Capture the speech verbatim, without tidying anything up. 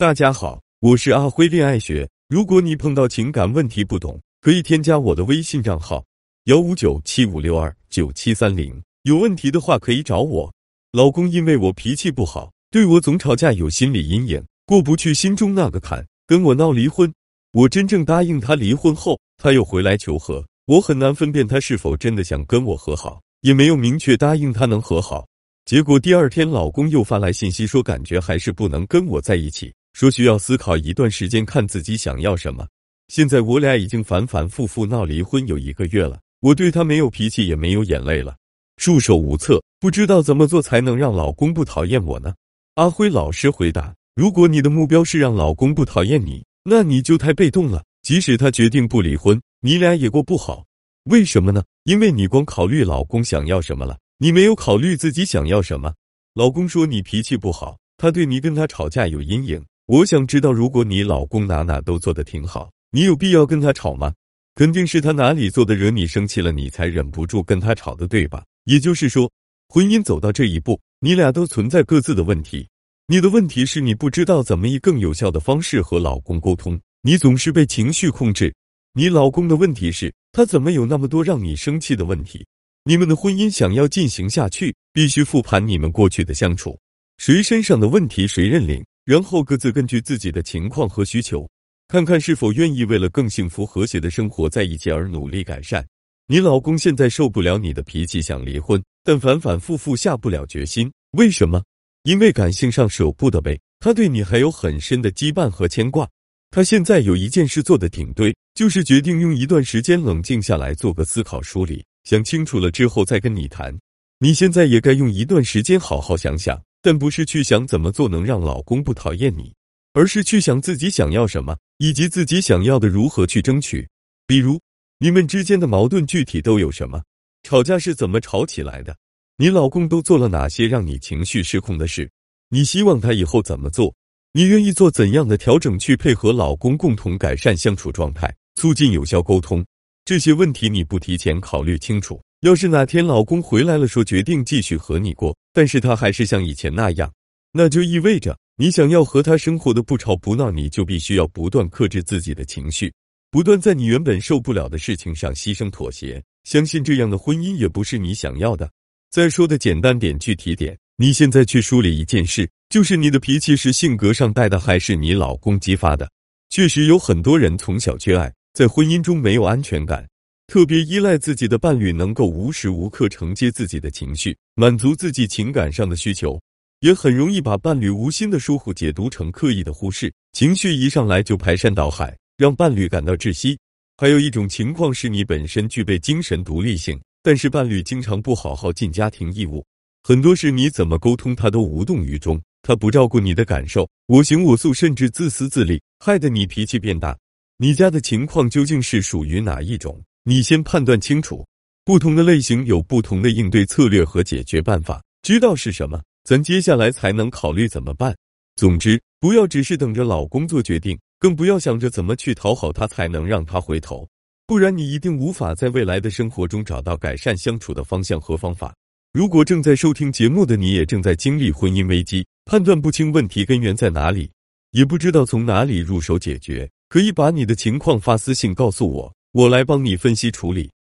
大家好，我是阿辉恋爱学。如果你碰到情感问题不懂，可以添加我的微信账号一五九七五六二九七三零，有问题的话可以找我。老公因为我脾气不好，对我总吵架有心理阴影，过不去心中那个坎，跟我闹离婚。我真正答应他离婚后，他又回来求和，我很难分辨他是否真的想跟我和好，也没有明确答应他能和好。结果第二天老公又发来信息说感觉还是不能跟我在一起，说需要思考一段时间看自己想要什么。现在我俩已经反反复复闹离婚有一个月了，我对他没有脾气也没有眼泪了，束手无策，不知道怎么做才能让老公不讨厌我呢？阿辉老师回答，如果你的目标是让老公不讨厌你，那你就太被动了，即使他决定不离婚，你俩也过不好。为什么呢？因为你光考虑老公想要什么了，你没有考虑自己想要什么。老公说你脾气不好，他对你跟他吵架有阴影。我想知道，如果你老公哪哪都做得挺好，你有必要跟他吵吗？肯定是他哪里做的惹你生气了，你才忍不住跟他吵的，对吧？也就是说，婚姻走到这一步，你俩都存在各自的问题。你的问题是你不知道怎么以更有效的方式和老公沟通，你总是被情绪控制。你老公的问题是，他怎么有那么多让你生气的问题？你们的婚姻想要进行下去，必须复盘你们过去的相处，谁身上的问题谁认领，然后各自根据自己的情况和需求，看看是否愿意为了更幸福和谐的生活在一起而努力改善。你老公现在受不了你的脾气想离婚，但反反复复下不了决心，为什么？因为感性上舍不得呗，他对你还有很深的羁绊和牵挂。他现在有一件事做得挺对，就是决定用一段时间冷静下来，做个思考梳理，想清楚了之后再跟你谈。你现在也该用一段时间好好想想，但不是去想怎么做能让老公不讨厌你，而是去想自己想要什么，以及自己想要的如何去争取。比如，你们之间的矛盾具体都有什么？吵架是怎么吵起来的？你老公都做了哪些让你情绪失控的事？你希望他以后怎么做？你愿意做怎样的调整去配合老公共同改善相处状态，促进有效沟通？这些问题你不提前考虑清楚，要是哪天老公回来了说决定继续和你过，但是他还是像以前那样，那就意味着你想要和他生活的不吵不闹，你就必须要不断克制自己的情绪，不断在你原本受不了的事情上牺牲妥协。相信这样的婚姻也不是你想要的。再说的简单点具体点，你现在去梳理一件事，就是你的脾气是性格上带的还是你老公激发的？确实有很多人从小缺爱，在婚姻中没有安全感，特别依赖自己的伴侣能够无时无刻承接自己的情绪，满足自己情感上的需求，也很容易把伴侣无心的疏忽解读成刻意的忽视，情绪一上来就排山倒海，让伴侣感到窒息。还有一种情况是你本身具备精神独立性，但是伴侣经常不好好尽家庭义务，很多事你怎么沟通他都无动于衷，他不照顾你的感受，我行我素，甚至自私自利，害得你脾气变大。你家的情况究竟是属于哪一种？你先判断清楚，不同的类型有不同的应对策略和解决办法，知道是什么，咱接下来才能考虑怎么办。总之，不要只是等着老公做决定，更不要想着怎么去讨好他才能让他回头，不然你一定无法在未来的生活中找到改善相处的方向和方法。如果正在收听节目的你也正在经历婚姻危机，判断不清问题根源在哪里，也不知道从哪里入手解决，可以把你的情况发私信告诉我，我来帮你分析处理。